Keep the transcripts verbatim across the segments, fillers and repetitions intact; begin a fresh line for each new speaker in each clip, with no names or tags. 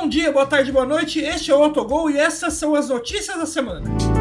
Bom dia, boa tarde, boa noite, este é o Autogol e essas são as notícias da semana.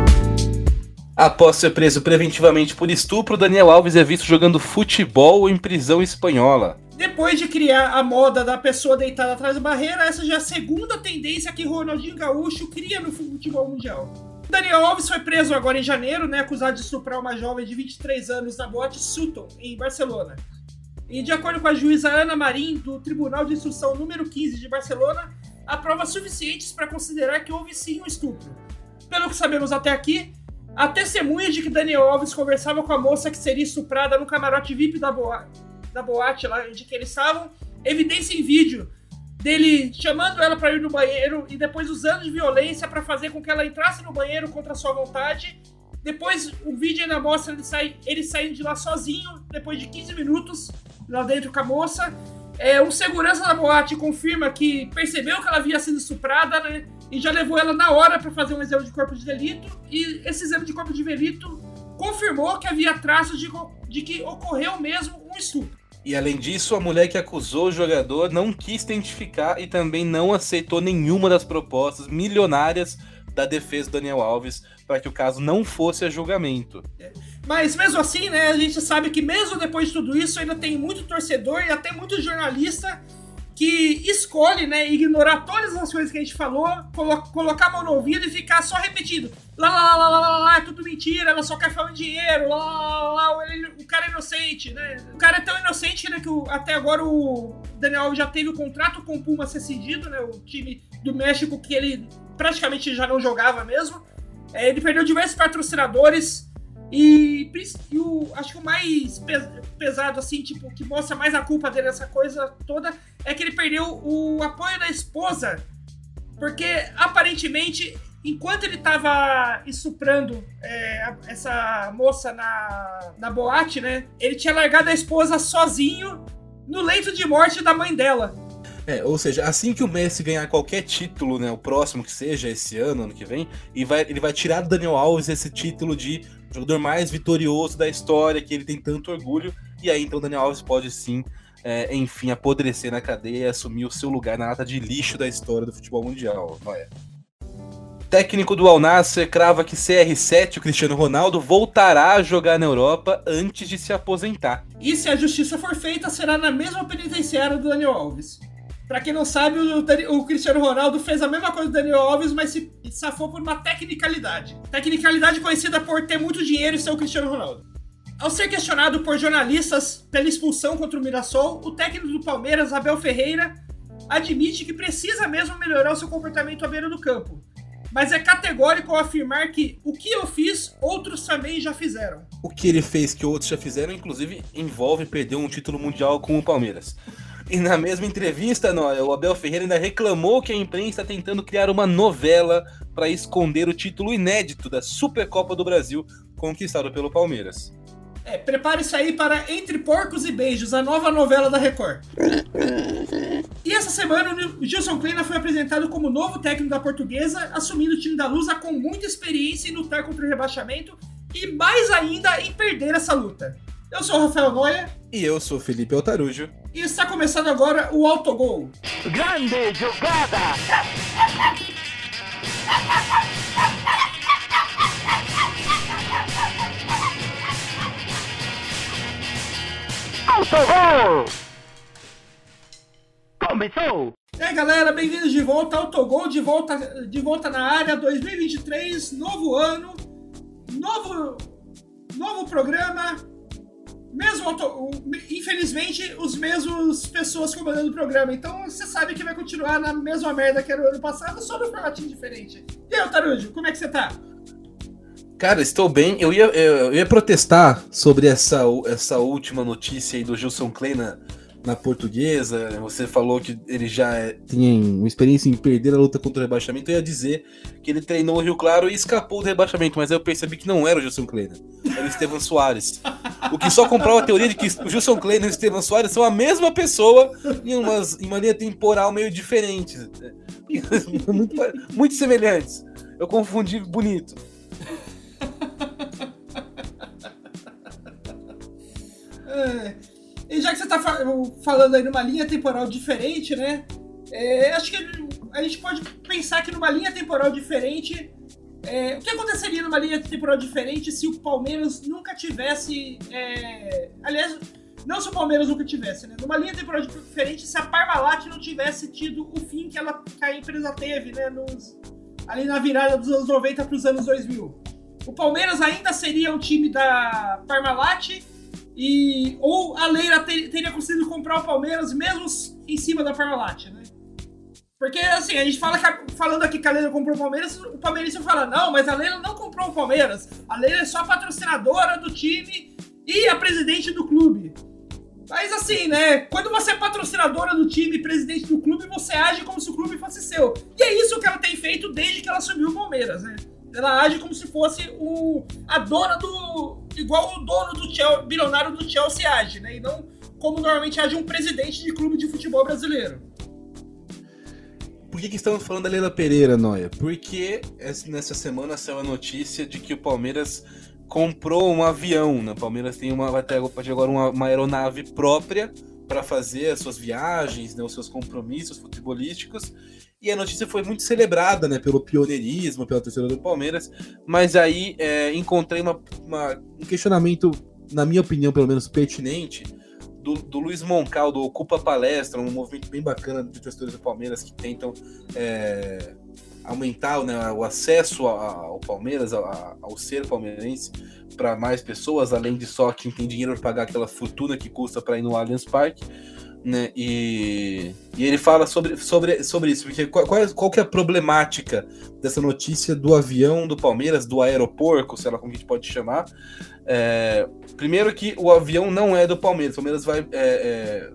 Após ser preso preventivamente por estupro, Daniel Alves é visto jogando futebol em prisão espanhola.
Depois de criar a moda da pessoa deitada atrás da barreira, essa já é a segunda tendência que Ronaldinho Gaúcho cria no futebol mundial. Daniel Alves foi preso agora em janeiro, né, acusado de estuprar uma jovem de vinte e três anos na boate Sutton, em Barcelona. E de acordo com a juíza Ana Marim, do Tribunal de Instrução número quinze de Barcelona, há provas suficientes para considerar que houve sim um estupro. Pelo que sabemos até aqui, a testemunha de que Daniel Alves conversava com a moça que seria estuprada no camarote V I P da, boa, da boate lá de que eles estavam, evidência em vídeo dele chamando ela para ir no banheiro e depois usando de violência para fazer com que ela entrasse no banheiro contra a sua vontade. Depois o vídeo ainda mostra ele, sai, ele saindo de lá sozinho, depois de quinze minutos, lá dentro com a moça. É, um segurança da boate confirma que percebeu que ela havia sido estuprada, né, e já levou ela na hora para fazer um exame de corpo de delito, e esse exame de corpo de delito confirmou que havia traços de, de que ocorreu mesmo um estupro.
E além disso, a mulher que acusou o jogador não quis identificar e também não aceitou nenhuma das propostas milionárias da defesa do Daniel Alves para que o caso não fosse a julgamento.
É. Mas mesmo assim, né, a gente sabe que mesmo depois de tudo isso, ainda tem muito torcedor e até muito jornalista que escolhe, né, ignorar todas as coisas que a gente falou, colo- colocar a mão no ouvido e ficar só repetindo. Lá, lá, lá, lá, lá, lá, é tudo mentira, ela só quer falar de dinheiro, lá, lá, lá, lá, ele, o cara é inocente, né? O cara é tão inocente, né, que o, até agora o Daniel Alves já teve o contrato com o Puma ser cedido, né, o time do México que ele praticamente já não jogava mesmo. É, ele perdeu diversos patrocinadores. E, e o, acho que o mais pesado, assim, tipo, que mostra mais a culpa dele nessa coisa toda, é que ele perdeu o apoio da esposa, porque aparentemente, enquanto ele tava estuprando é, essa moça na, na boate, né, ele tinha largado a esposa sozinho no leito de morte da mãe dela.
É, ou seja, assim que o Messi ganhar qualquer título, né, o próximo que seja, esse ano, ano que vem, e vai, ele vai tirar do Daniel Alves esse título de jogador mais vitorioso da história, que ele tem tanto orgulho, e aí então o Daniel Alves pode sim, é, enfim, apodrecer na cadeia e assumir o seu lugar na lata de lixo da história do futebol mundial. Olha. Técnico do Al Nassr crava que C R sete, o Cristiano Ronaldo, voltará a jogar na Europa antes de se aposentar.
E se a justiça for feita, será na mesma penitenciária do Daniel Alves. Pra quem não sabe, o, o Cristiano Ronaldo fez a mesma coisa do Daniel Alves, mas se safou por uma tecnicalidade. Tecnicalidade conhecida por ter muito dinheiro e ser o Cristiano Ronaldo. Ao ser questionado por jornalistas pela expulsão contra o Mirassol, o técnico do Palmeiras, Abel Ferreira, admite que precisa mesmo melhorar o seu comportamento à beira do campo. Mas é categórico ao afirmar que o que eu fiz, outros também já fizeram.
O que ele fez que outros já fizeram, inclusive, envolve perder um título mundial com o Palmeiras. E na mesma entrevista, Noia, o Abel Ferreira ainda reclamou que a imprensa está tentando criar uma novela para esconder o título inédito da Supercopa do Brasil conquistado pelo Palmeiras.
É, prepare-se aí para Entre Porcos e Beijos, a nova novela da Record. E essa semana o Gilson Kleina foi apresentado como novo técnico da Portuguesa, assumindo o time da Lusa com muita experiência em lutar contra o rebaixamento e mais ainda em perder essa luta. Eu sou o Rafael Noia.
E eu sou o Felipe Altarujo.
E está começando agora o Autogol.
Grande jogada! Autogol! Começou!
E aí, galera, bem-vindos de volta ao Autogol, de volta, de volta na área, dois mil e vinte e três, novo ano, novo, novo programa, mesmo auto, infelizmente, os mesmos pessoas comandando o programa, então você sabe que vai continuar na mesma merda que era o ano passado, só no formatinho diferente. E aí, Tarujo, como é que você tá?
Cara, estou bem. Eu ia, eu, eu ia protestar sobre essa, essa última notícia aí do Gilson Kleina na Portuguesa. Você falou que ele já tinha uma experiência em perder a luta contra o rebaixamento. Eu ia dizer que ele treinou o Rio Claro e escapou do rebaixamento, mas aí eu percebi que não era o Gilson Kleina, era o Estevan Soares. O que só comprova a teoria de que o Gilson Kleina e o Estevan Soares são a mesma pessoa em, umas, em uma linha temporal meio diferente. muito, muito semelhantes. Eu confundi bonito.
É, e já que você tá fa- falando aí numa linha temporal diferente, né? É, acho que a gente pode pensar que numa linha temporal diferente, é, o que aconteceria numa linha temporal diferente se o Palmeiras nunca tivesse, é, aliás, não se o Palmeiras nunca tivesse, né? Numa linha temporal diferente, se a Parmalat não tivesse tido o fim que, ela, que a empresa teve, né? Nos, ali na virada dos anos noventa para os anos dois mil. O Palmeiras ainda seria um time da Parmalat e, ou a Leila ter, teria conseguido comprar o Palmeiras mesmo em cima da Parmalat, né? Porque, assim, a gente fala que, falando aqui que a Leila comprou o Palmeiras, o palmeirense fala, não, mas a Leila não comprou o Palmeiras. A Leila é só patrocinadora do time e a presidente do clube. Mas, assim, né, quando você é patrocinadora do time e presidente do clube, você age como se o clube fosse seu. E é isso que ela tem feito desde que ela assumiu o Palmeiras, né? Ela age como se fosse o, a dona do... igual o dono do Chelsea, bilionário do Chelsea age, né? E não como normalmente age um presidente de clube de futebol brasileiro.
Por que, que estamos falando da Leila Pereira, Noia? Porque nessa semana saiu a notícia de que o Palmeiras comprou um avião, né? O Palmeiras tem uma, vai ter agora uma, uma aeronave própria para fazer as suas viagens, né, os seus compromissos futebolísticos. E a notícia foi muito celebrada, né, pelo pioneirismo, pela torcida do Palmeiras. Mas aí é, encontrei uma, uma, um questionamento, na minha opinião, pelo menos pertinente, Do, do Luiz Moncal, do Ocupa Palestra, um movimento bem bacana de torcedores do Palmeiras que tentam é, aumentar, né, o acesso a, ao Palmeiras, a, ao ser palmeirense, para mais pessoas, além de só quem tem dinheiro para pagar aquela fortuna que custa para ir no Allianz Parque, né, e, e ele fala sobre, sobre, sobre isso, porque qual, qual, qual que é a problemática dessa notícia do avião do Palmeiras, do aeroporto, sei lá como a gente pode chamar. É, primeiro que o avião não é do Palmeiras. O Palmeiras vai. É,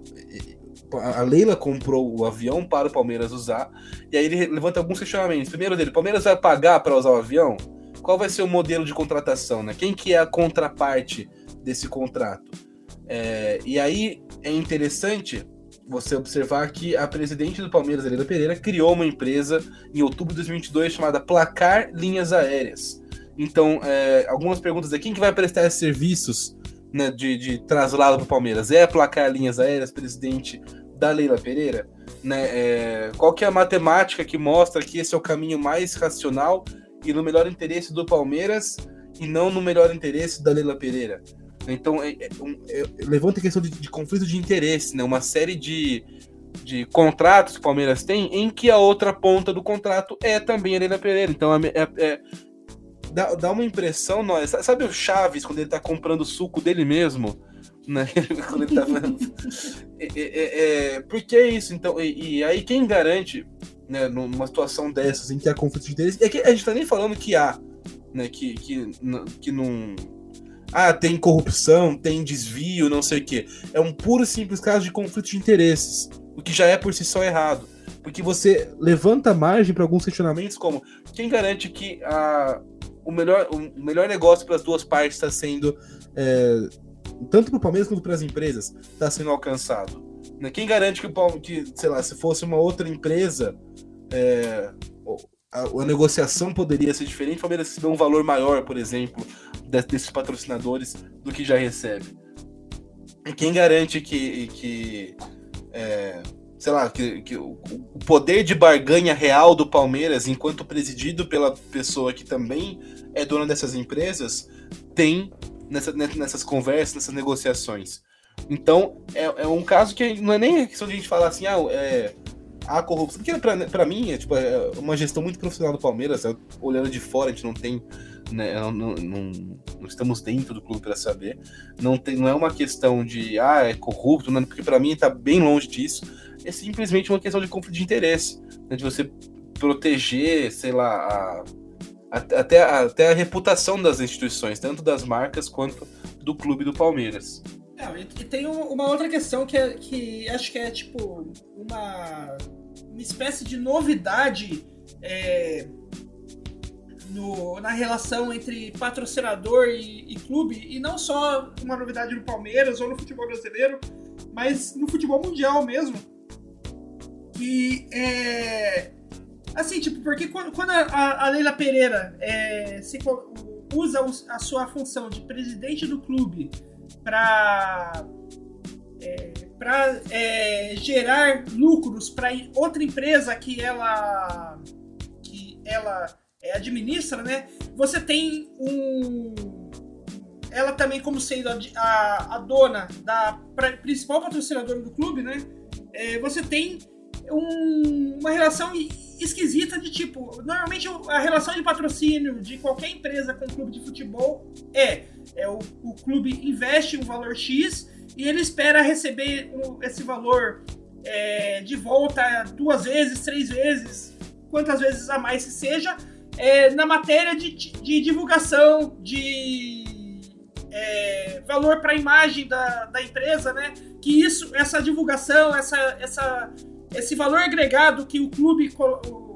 é, a Leila comprou o avião para o Palmeiras usar. E aí ele levanta alguns questionamentos. Primeiro dele, o Palmeiras vai pagar para usar o avião? Qual vai ser o modelo de contratação, né? Quem que é a contraparte desse contrato? É, e aí é interessante você observar que a presidente do Palmeiras, a Leila Pereira, criou uma empresa em outubro de dois mil e vinte e dois chamada Placar Linhas Aéreas. Então, é, algumas perguntas aqui, quem que vai prestar esses serviços, né, de, de traslado para o Palmeiras? É a Placar Linhas Aéreas, presidente da Leila Pereira? Né, é, qual que é a matemática que mostra que esse é o caminho mais racional e no melhor interesse do Palmeiras e não no melhor interesse da Leila Pereira? Então, é, é, é, levanta a questão de, de conflito de interesse, né, uma série de, de contratos que o Palmeiras tem em que a outra ponta do contrato é também a Leila Pereira. Então, é, é Dá, dá uma impressão, nós. Sabe o Chaves, quando ele tá comprando o suco dele mesmo? Né? Quando ele tá vendo. é, é, é, por que isso? Então, e, e aí quem garante, né, numa situação dessas em que há conflito de interesse, é que a gente tá nem falando que há, né? Que, que, que não. Ah, tem corrupção, tem desvio, não sei o quê. É um puro e simples caso de conflito de interesses, o que já é por si só errado. Porque você levanta margem para alguns questionamentos como quem garante que a. O melhor, o melhor negócio para as duas partes está sendo, é, tanto para o Palmeiras quanto para as empresas, está sendo alcançado. Né? Quem garante que, o, que, sei lá, se fosse uma outra empresa, é, a, a negociação poderia ser diferente, o Palmeiras receber um valor maior, por exemplo, desses patrocinadores do que já recebe. E quem garante que, que é, sei lá, que, que o, o poder de barganha real do Palmeiras, enquanto presidido pela pessoa que também é dona dessas empresas, tem nessa, nessas conversas, nessas negociações. Então, é, é um caso que não é nem questão de a gente falar assim, ah, é, a corrupção, porque pra, pra mim é, tipo, é uma gestão muito profissional do Palmeiras, é, olhando de fora, a gente não tem, né, não, não, não, não estamos dentro do clube para saber, não, tem, não é uma questão de, ah, é corrupto, não, porque pra mim tá bem longe disso. É simplesmente uma questão de conflito de interesse, né, de você proteger, sei lá, a, a, até, a, até a reputação das instituições, tanto das marcas quanto do clube do Palmeiras.
É, e tem uma outra questão que, é, que acho que é tipo uma, uma espécie de novidade é, no, na relação entre patrocinador e, e clube, e não só uma novidade no Palmeiras ou no futebol brasileiro, mas no futebol mundial mesmo. Que é. Assim, tipo, porque quando, quando a, a Leila Pereira é, se, usa a sua função de presidente do clube para é, para é, gerar lucros para outra empresa que ela, que ela é, administra, né? Você tem um... Ela também, como sendo a, a, a dona da pra, principal patrocinadora do clube, né? É, você tem um, uma relação esquisita de tipo... Normalmente a relação de patrocínio de qualquer empresa com um clube de futebol é, é o, o clube investe um valor X e ele espera receber um, esse valor é, de volta duas vezes, três vezes, quantas vezes a mais que seja, é, na matéria de, de divulgação, de... É, valor para a imagem da, da empresa, né? Que isso, essa divulgação, essa, essa, esse valor agregado que o clube, o,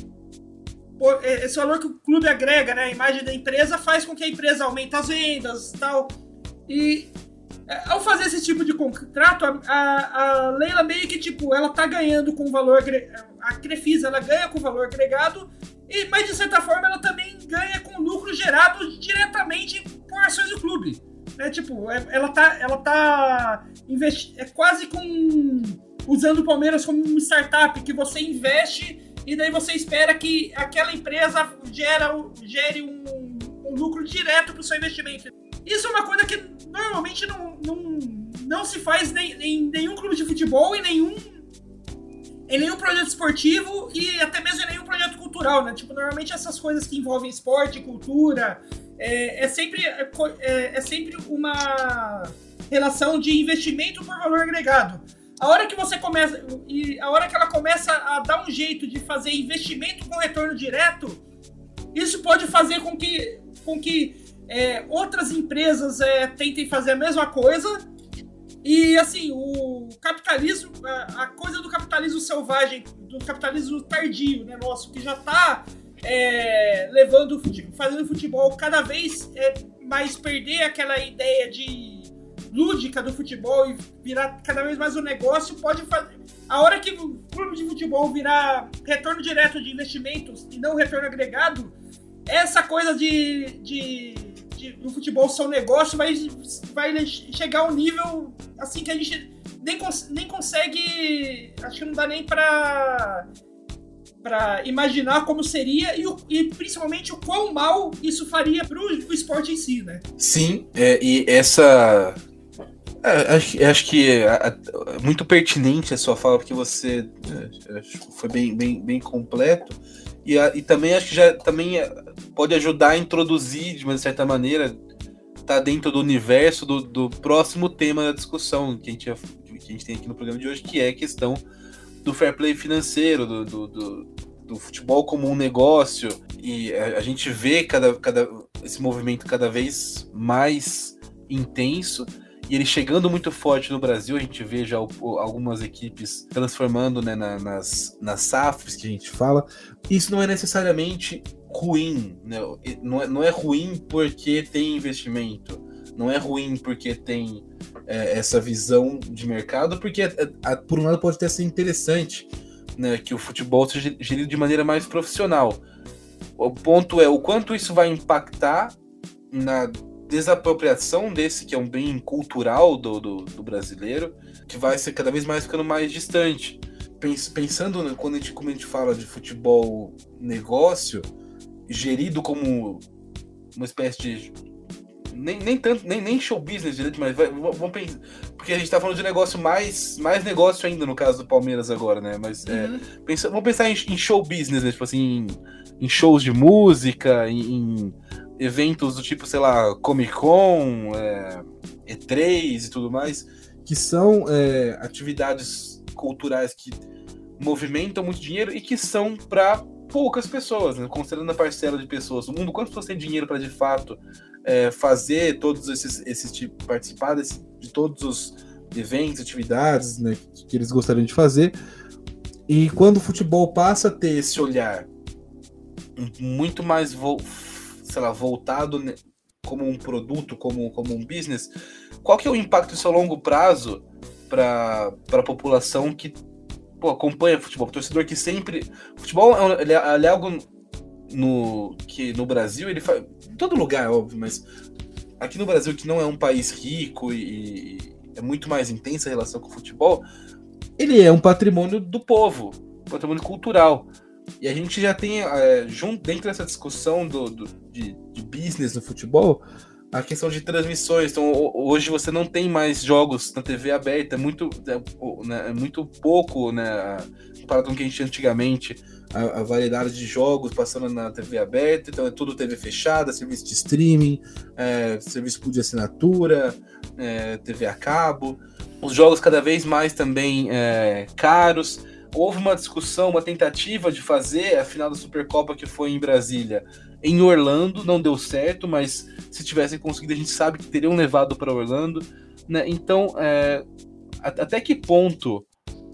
esse valor que o clube agrega, né? A imagem da empresa faz com que a empresa aumente as vendas e tal. E ao fazer esse tipo de contrato, a, a, a Leila meio que tipo, ela tá ganhando com o valor, a Crefisa, ela ganha com o valor agregado. E, mas, de certa forma, ela também ganha com lucro gerado diretamente por ações do clube. Né? Tipo, ela tá, ela tá investi- é quase com usando o Palmeiras como uma startup, que você investe e daí você espera que aquela empresa gera, gere um, um lucro direto para o seu investimento. Isso é uma coisa que normalmente não, não, não se faz nem, em nenhum clube de futebol, em nenhum em nenhum projeto esportivo e até mesmo em nenhum projeto cultural, né? Tipo, normalmente essas coisas que envolvem esporte, cultura, é, é, sempre, é, é sempre uma relação de investimento por valor agregado. A hora que você começa, e a hora que ela começa a dar um jeito de fazer investimento com retorno direto, isso pode fazer com que, com que é, outras empresas é, tentem fazer a mesma coisa. E, assim, o capitalismo, a coisa do capitalismo selvagem, do capitalismo tardio, né, nosso, que já está é, levando, fazendo o futebol cada vez é, mais perder aquela ideia de lúdica do futebol e virar cada vez mais um negócio, pode fazer... A hora que o clube de futebol virar retorno direto de investimentos e não retorno agregado, essa coisa de... de o futebol ser um negócio vai, vai chegar a um nível assim que a gente nem, cons- nem consegue, acho que não dá nem pra, pra imaginar como seria e, o, e principalmente o quão mal isso faria pro, pro esporte em si, né?
Sim, é, e essa... É, acho, acho que é, é muito pertinente a sua fala, porque você é, acho que foi bem, bem, bem completo. E, a, e também acho que já também pode ajudar a introduzir, de uma certa maneira, tá dentro do universo do, do próximo tema da discussão que a, gente, que a gente tem aqui no programa de hoje, que é a questão do fair play financeiro, do, do, do, do futebol como um negócio. E a, a gente vê cada, cada, esse movimento cada vez mais intenso. E ele chegando muito forte no Brasil, a gente vê já o, o, algumas equipes transformando, né, na, nas, nas S A Fs que a gente fala. Isso não é necessariamente ruim, né? não, é, não é ruim porque tem investimento, não é ruim porque tem é, essa visão de mercado, porque é, é, por um lado pode até ser interessante, né, que o futebol seja gerido de maneira mais profissional. O ponto é o quanto isso vai impactar na desapropriação desse, que é um bem cultural do, do, do brasileiro, que vai ser cada vez mais ficando mais distante. Pensando, né, quando a gente, como a gente fala de futebol negócio, gerido como uma espécie de... Nem, nem tanto, nem, nem show business direito, mas vai, vamos pensar, porque a gente tá falando de negócio mais, mais negócio ainda no caso do Palmeiras agora, né? Mas uhum. é, pensa, vamos pensar em, em show business, né? Tipo assim, em, em shows de música, em, em eventos do tipo, sei lá, Comic Con, é, E três e tudo mais, que são é, atividades culturais que movimentam muito dinheiro e que são para poucas pessoas, né? Considerando a parcela de pessoas do mundo, quantas pessoas têm dinheiro para de fato é, fazer todos esses, esses tipos, participar desse, de todos os eventos, atividades, né, que, que eles gostariam de fazer. E quando o futebol passa a ter esse olhar muito mais vo, sei lá, voltado, né, como um produto, como, como um business, qual que é o impacto disso a longo prazo para a população que pô, acompanha futebol, o torcedor que sempre... Futebol é, ele é, ele é algo no, que no Brasil, ele faz... Em todo lugar, óbvio, mas aqui no Brasil, que não é um país rico e, é muito mais intensa a relação com o futebol, ele é um patrimônio do povo, um patrimônio cultural. E a gente já tem, é, junto, dentro dessa discussão do, do, de, de business no futebol, a questão de transmissões. Então, hoje você não tem mais jogos na T V aberta, é muito, é, né, é muito pouco, né, comparado com o que a gente tinha antigamente, a, a variedade de jogos passando na T V aberta. Então é tudo T V fechada, serviço de streaming, é, serviço de assinatura, é, T V a cabo. Os jogos cada vez mais também é, caros. Houve uma discussão, uma tentativa de fazer a final da Supercopa, que foi em Brasília, em Orlando, não deu certo, mas se tivessem conseguido, a gente sabe que teriam levado para Orlando, né? Então, é, até que ponto,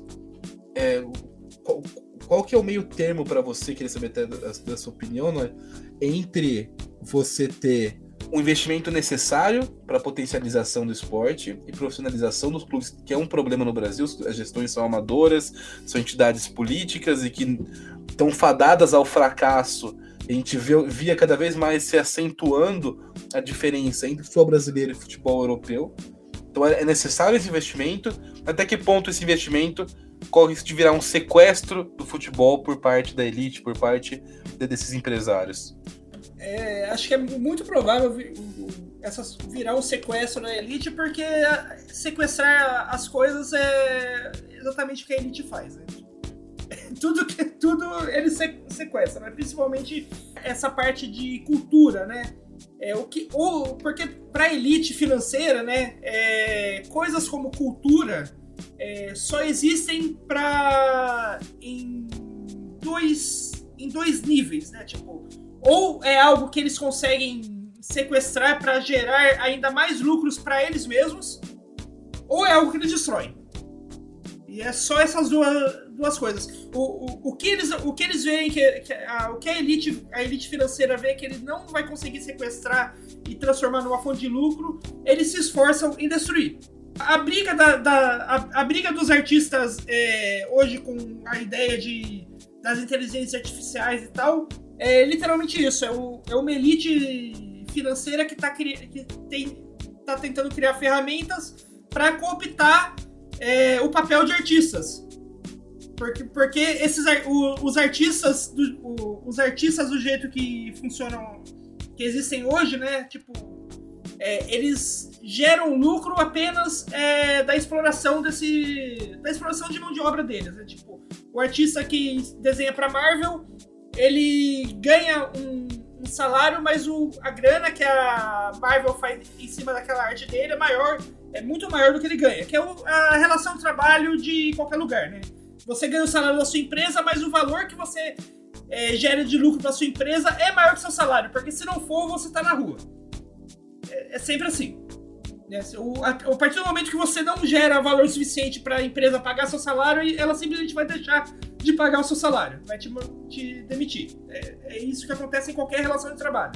é, qual, qual que é o meio termo para você, querer saber até da, da sua opinião, né? Entre você ter um investimento necessário para a potencialização do esporte e profissionalização dos clubes, que é um problema no Brasil. As gestões são amadoras, são entidades políticas e que estão fadadas ao fracasso. A gente vê, via cada vez mais se acentuando a diferença entre futebol brasileiro e futebol europeu. Então é necessário esse investimento. Até que ponto esse investimento corre de virar um sequestro do futebol por parte da elite, por parte desses empresários?
É, acho que é muito provável essas, virar um sequestro da elite, porque sequestrar as coisas é exatamente o que a elite faz, né? Tudo, que, tudo eles sequestram, né? Principalmente essa parte de cultura, né? É, o que, ou, porque para a elite financeira, né, é, coisas como cultura é, só existem pra, em, dois, em dois níveis, né? Tipo, ou é algo que eles conseguem sequestrar para gerar ainda mais lucros para eles mesmos, ou é algo que eles destroem. E é só essas duas, duas coisas. O, o, o, que eles, o que eles veem, que, que a, o que a elite, a elite financeira vê que ele não vai conseguir sequestrar e transformar numa fonte de lucro, eles se esforçam em destruir. A briga, da, da, a, a briga dos artistas é, hoje com a ideia de, das inteligências artificiais e tal, é literalmente isso, é, o, é uma elite financeira que está que tem, tá tentando criar ferramentas para cooptar é, o papel de artistas. Porque, porque esses, o, os, artistas do, o, os artistas do jeito que funcionam, que existem hoje, né? Tipo, é, eles geram lucro apenas é, da exploração desse, da exploração de mão de obra deles. Né? Tipo, o artista que desenha para Marvel, ele ganha um, um salário, mas o, a grana que a Marvel faz em cima daquela arte dele é maior, é muito maior do que ele ganha, que é o, a relação de trabalho de qualquer lugar, né? Você ganha o salário da sua empresa, mas o valor que você é, gera de lucro para sua empresa é maior que o seu salário, porque se não for, você tá na rua. É, é sempre assim. Né? O, a, a partir do momento que você não gera valor suficiente para a empresa pagar seu salário, ela simplesmente vai deixar de pagar o seu salário, vai te, te demitir. É, é isso que acontece em qualquer relação de trabalho.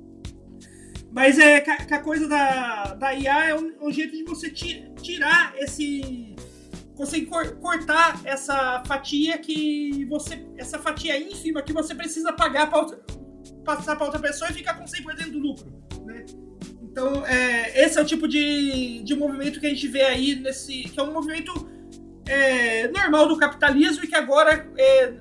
Mas é que a, que a coisa da, da I A é um, um jeito de você ti, tirar esse... conseguir cor, cortar essa fatia que você... essa fatia ínfima que você precisa pagar para passar para outra pessoa e ficar com cem por cento do lucro, né? Então, é, esse é o tipo de, de movimento que a gente vê aí, nesse, que é um movimento é, normal do capitalismo e que agora, é,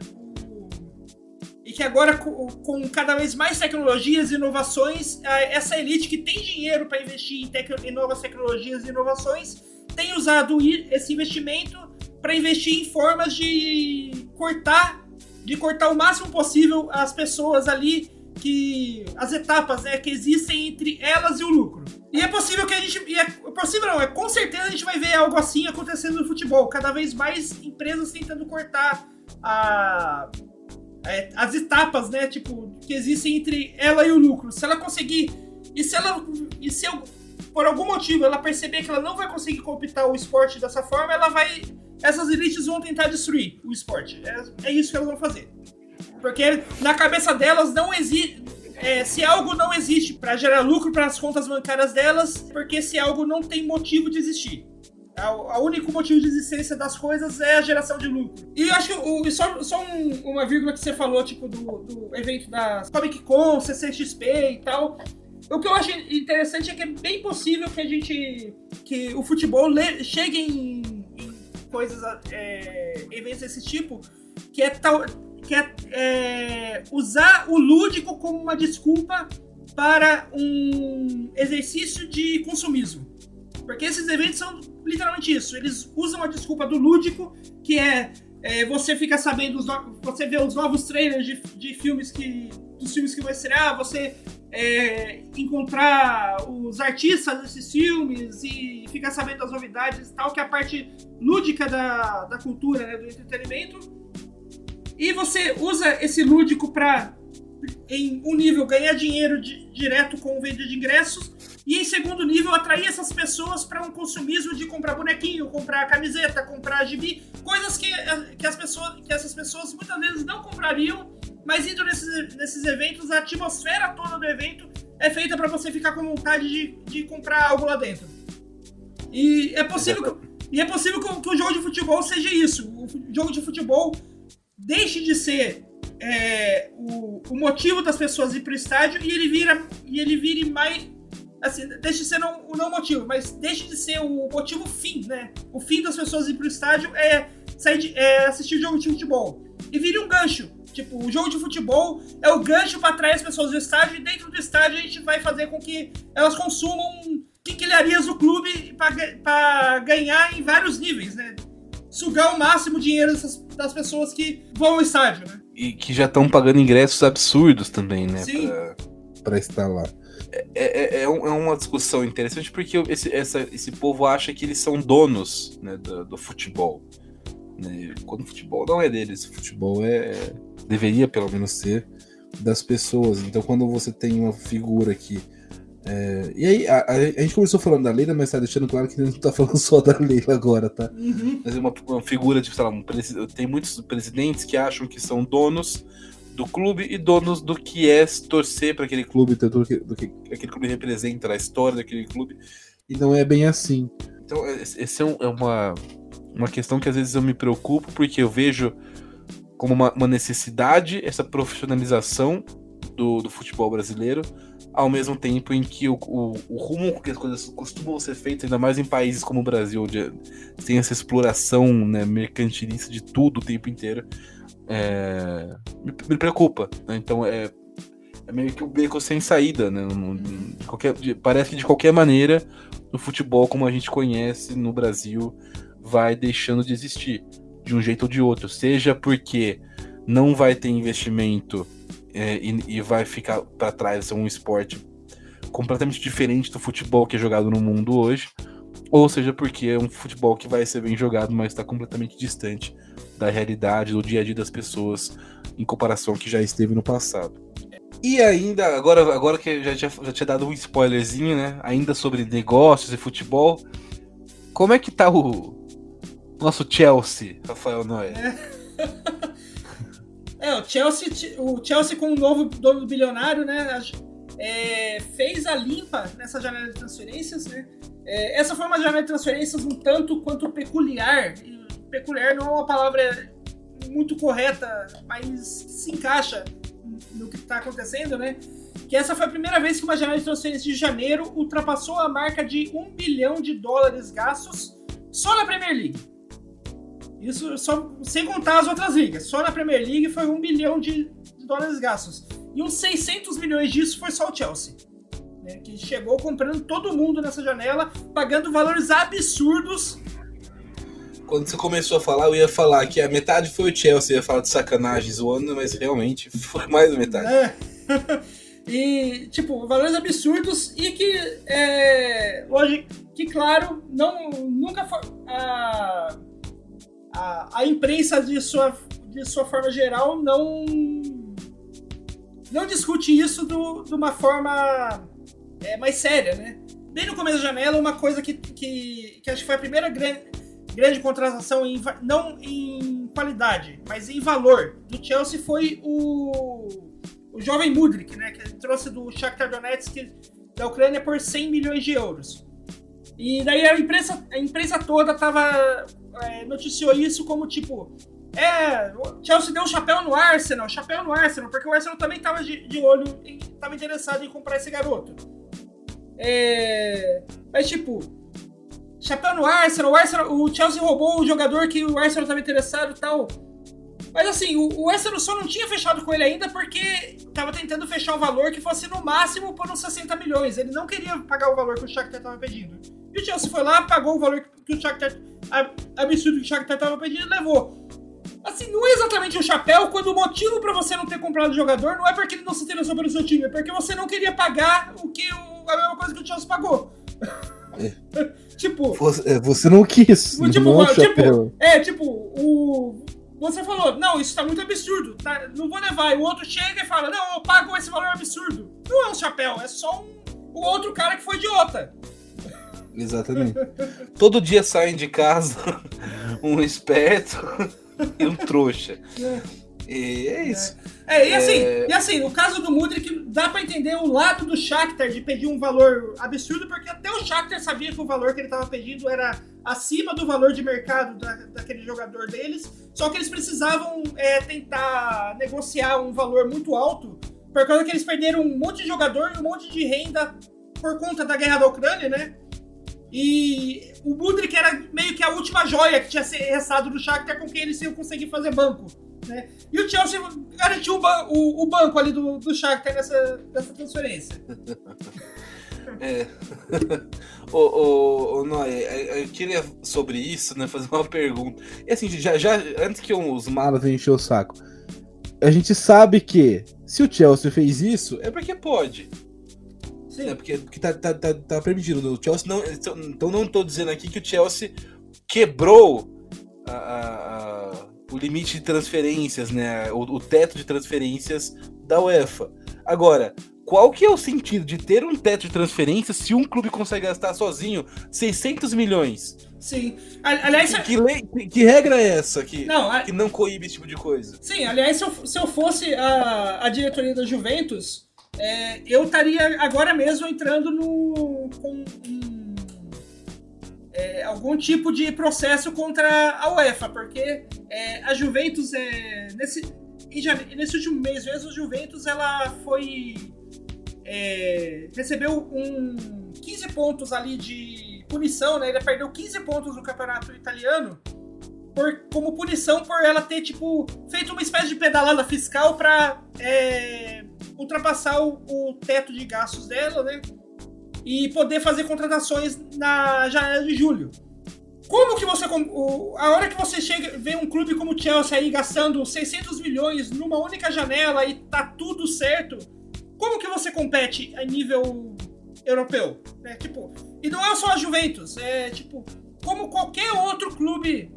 e que agora com, com cada vez mais tecnologias e inovações, essa elite que tem dinheiro para investir em, tec, em novas tecnologias e inovações tem usado esse investimento para investir em formas de cortar, de cortar o máximo possível as pessoas ali, que as etapas, né, que existem entre elas e o lucro. E é possível que a gente... E é possível não, é com certeza a gente vai ver algo assim acontecendo no futebol. Cada vez mais empresas tentando cortar a, a, as etapas, né, tipo, que existem entre ela e o lucro. Se ela conseguir... E se ela... E se eu, por algum motivo ela perceber que ela não vai conseguir computar o esporte dessa forma, ela vai... Essas elites vão tentar destruir o esporte. É, é isso que elas vão fazer. Porque na cabeça delas não existe... É, se algo não existe para gerar lucro para as contas bancárias delas, porque se algo não tem motivo de existir. O único motivo de existência das coisas é a geração de lucro. E eu acho que o, só, só um, uma vírgula que você falou, tipo, do, do evento da Comic Con, C C X P e tal. O que eu acho interessante é que é bem possível que a gente, que o futebol le, chegue em, em coisas, é, eventos desse tipo, que é, tal, que é, é usar o lúdico como uma desculpa para um exercício de consumismo. Porque esses eventos são literalmente isso. Eles usam a desculpa do lúdico, que é, é você fica sabendo, os no... você vê os novos trailers de, de filmes que, dos filmes que vão estrear, você é, encontrar os artistas desses filmes e ficar sabendo das novidades e tal, que é a parte lúdica da, da cultura, né, do entretenimento. E você usa esse lúdico para, em um nível, ganhar dinheiro de, direto com venda de ingressos, e em segundo nível, atrair essas pessoas para um consumismo de comprar bonequinho, comprar camiseta, comprar gibi, coisas que, que, as pessoas, que essas pessoas muitas vezes não comprariam, mas indo nesses, nesses eventos, a atmosfera toda do evento é feita para você ficar com vontade de, de comprar algo lá dentro. E é possível, que, e é possível que, que o jogo de futebol seja isso. O jogo de futebol deixe de ser é, o, o motivo das pessoas ir para o estádio e ele, vira, e ele vire mais... Assim, deixe de ser não, o não motivo, mas deixe de ser o motivo fim, né? O fim das pessoas ir pro estádio é, sair de, é assistir o jogo de futebol. E vire um gancho. Tipo, o jogo de futebol é o gancho para atrair as pessoas do estádio, e dentro do estádio a gente vai fazer com que elas consumam quinquilharias do clube para ganhar em vários níveis, né? Sugar o máximo dinheiro dessas, das pessoas que vão ao estádio, né?
E que já estão pagando ingressos absurdos também, né?
Sim.
Pra, pra estar lá. É, é, é uma discussão interessante porque esse, essa, esse povo acha que eles são donos, né, do, do futebol, né? Quando o futebol não é deles, o futebol é, deveria pelo menos ser das pessoas. Então quando você tem uma figura que é, e aí a, a, a gente começou falando da Leila, mas tá deixando claro que a gente não tá falando só da Leila agora, tá?
Uhum.
Mas é uma, uma figura de, sei lá, um, tem muitos presidentes que acham que são donos do clube e donos do que é torcer para aquele clube, do que, do que aquele clube representa, a história daquele clube, e não é bem assim. Então, essa é uma, uma questão que às vezes eu me preocupo, porque eu vejo como uma, uma necessidade essa profissionalização do, do futebol brasileiro, ao mesmo tempo em que o, o, o rumo com que as coisas costumam ser feitas, ainda mais em países como o Brasil, onde tem essa exploração, né, mercantilista de tudo o tempo inteiro, É, me, me preocupa, né? Então é, é meio que um beco sem saída, né? De qualquer, de, parece que de qualquer maneira o futebol como a gente conhece no Brasil vai deixando de existir de um jeito ou de outro, seja porque não vai ter investimento é, e, e vai ficar para trás, é um esporte completamente diferente do futebol que é jogado no mundo hoje, ou seja porque é um futebol que vai ser bem jogado, mas está completamente distante da realidade, do dia a dia das pessoas, em comparação ao que já esteve no passado. E ainda, agora, agora que já, já, já tinha dado um spoilerzinho, né? Ainda sobre negócios e futebol, como é que tá o nosso Chelsea, Rafael Noé?
É, é o Chelsea, o Chelsea com o novo dono bilionário, né? É, fez a limpa nessa janela de transferências, né? É, essa foi uma janela de transferências um tanto quanto peculiar. Peculiar não é uma palavra muito correta, mas se encaixa no que está acontecendo, né? Que essa foi a primeira vez que uma janela de transferências de janeiro ultrapassou a marca de um bilhão de dólares gastos só na Premier League. Isso só, sem contar as outras ligas. Só na Premier League foi um bilhão de, de dólares gastos. E uns seiscentos milhões disso foi só o Chelsea, né? Que chegou comprando todo mundo nessa janela, pagando valores absurdos.
Quando você começou a falar, eu ia falar que a metade foi o Chelsea, eu ia falar de sacanagem, zoando, mas realmente foi mais da metade.
É. E, tipo, valores absurdos e que, é, lógico, que claro, não, nunca foi, a, a, a imprensa de sua, de sua forma geral não, não discute isso do, de uma forma é, mais séria, né? Bem no começo da janela, uma coisa que, que, que acho que foi a primeira grande... grande contratação, em, não em qualidade, mas em valor do Chelsea foi o, o jovem Mudryk, né, que trouxe do Shakhtar Donetsk da Ucrânia por cem milhões de euros. E daí a imprensa, a imprensa toda tava, é, noticiou isso como tipo, É, o Chelsea deu um chapéu no Arsenal, chapéu no Arsenal, porque o Arsenal também tava de, de olho, em, tava interessado em comprar esse garoto. É, mas tipo, chapéu no Arsenal, o, Arsenal, o Chelsea roubou o jogador que o Arsenal tava interessado e tal. Mas assim, o, o Arsenal só não tinha fechado com ele ainda porque tava tentando fechar um valor que fosse no máximo por uns sessenta milhões. Ele não queria pagar o valor que o Shakhtar tava pedindo. E o Chelsea foi lá, pagou o valor que o Shakhtar, absurdo que o Shakhtar tava pedindo e levou. Assim, não é exatamente um chapéu quando o motivo pra você não ter comprado o jogador não é porque ele não se interessou pelo seu time, é porque você não queria pagar o que o, a mesma coisa que o Chelsea pagou.
É.
Tipo...
Você, você não quis,
tipo,
não é um
tipo,
chapéu.
É, tipo, o... Você falou, não, isso tá muito absurdo, tá, não vou levar. E o outro chega e fala, não, eu pago esse valor absurdo. Não é um chapéu, é só um, o outro cara que foi idiota.
Exatamente. Todo dia saem de casa um esperto e um trouxa.
É.
E é isso.
É, é e, assim,
É...
e assim, no caso do Mudryk, dá pra entender o lado do Shakhtar de pedir um valor absurdo, porque até o Shakhtar sabia que o valor que ele tava pedindo era acima do valor de mercado da, daquele jogador deles, só que eles precisavam é, tentar negociar um valor muito alto, por causa que eles perderam um monte de jogador e um monte de renda por conta da guerra da Ucrânia, né? E o Mudryk era meio que a última joia que tinha restado do Shakhtar com quem eles iam conseguir fazer banco, né? E o Chelsea garantiu o, ban- o, o banco ali do, do Shakhtar nessa, nessa transferência.
É. ô, ô, ô, Noé, eu queria sobre isso, né, fazer uma pergunta. E assim, já, já antes que os malas venham encher o saco, a gente sabe que se o Chelsea fez isso, é porque pode.
Sim.
É porque, porque tá, tá, tá, tá permitido. O Chelsea não, então não tô dizendo aqui que o Chelsea quebrou a, a, a, o limite de transferências, né? O, o teto de transferências da UEFA. Agora, qual que é o sentido de ter um teto de transferências se um clube consegue gastar sozinho seiscentos milhões?
Sim. Aliás,
que, que, lei, que, que regra é essa que
não, a...
que não coíbe esse tipo de coisa?
Sim, aliás, se eu, se eu fosse a, a diretoria da Juventus, é, eu estaria agora mesmo entrando no, com um, é, algum tipo de processo contra a UEFA, porque é, a Juventus, é, nesse, nesse último mês mesmo, a Juventus ela foi... É, recebeu um quinze pontos ali de punição, né? Ele perdeu quinze pontos no campeonato italiano por, como punição por ela ter, tipo, feito uma espécie de pedalada fiscal para é, ultrapassar o, o teto de gastos dela, né? E poder fazer contratações na janela de julho. Como que você... O, a hora que você chega, vê um clube como o Chelsea aí gastando seiscentos milhões numa única janela e tá tudo certo... Como que você compete a nível europeu? É, tipo, e não é só a Juventus, é tipo, como qualquer outro clube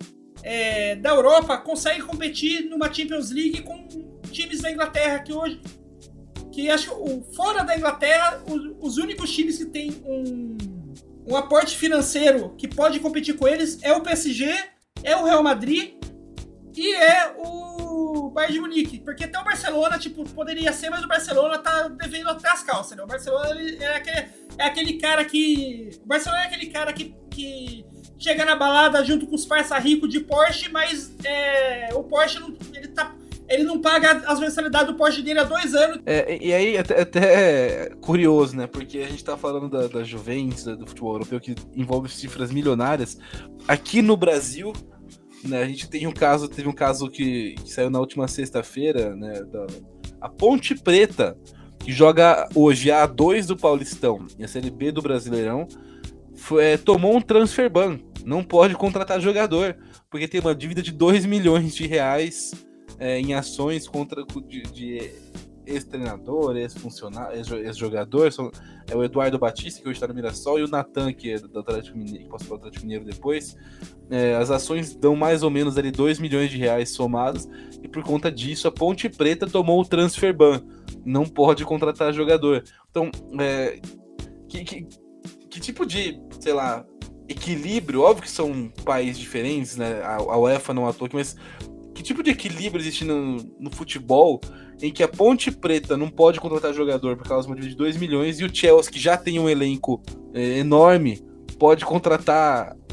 é, da Europa consegue competir numa Champions League com times da Inglaterra, que hoje, que acho que fora da Inglaterra, os, os únicos times que tem um, um aporte financeiro que pode competir com eles é o P S G, é o Real Madrid e é o Bayern de Munique, porque até o Barcelona, tipo, poderia ser, mas o Barcelona tá devendo até as calças, né? O Barcelona ele é, aquele, é aquele cara que... O Barcelona é aquele cara que, que chega na balada junto com os parça ricos de Porsche, mas é, o Porsche, não, ele, tá, ele não paga as mensalidades do Porsche dele há dois anos.
É, e aí, até, até curioso, né? Porque a gente tá falando da, da Juventus, do futebol europeu, que envolve cifras milionárias. Aqui no Brasil... Né, a gente tem um caso, teve um caso que, que saiu na última sexta-feira, né, da, a Ponte Preta, que joga hoje a A dois do Paulistão e a Série B do Brasileirão, foi, é, tomou um transfer ban, não pode contratar jogador, porque tem uma dívida de dois milhões de reais é, em ações contra de, de ex-treinador, ex-funcionário, ex-jogador, são, é o Eduardo Batista, que hoje está no Mirassol, e o Natan, que é do Atlético Mineiro, que passou para o Atlético Mineiro depois. É, as ações dão mais ou menos ali dois milhões de reais somados, e por conta disso a Ponte Preta tomou o transfer ban, não pode contratar jogador. Então, é, que, que, que tipo de, sei lá, equilíbrio, óbvio que são um países diferentes, né, a, a UEFA não atua aqui, mas que tipo de equilíbrio existe no, no futebol em que a Ponte Preta não pode contratar jogador por causa de uma dívida de dois milhões e o Chelsea, que já tem um elenco é, enorme, pode contratar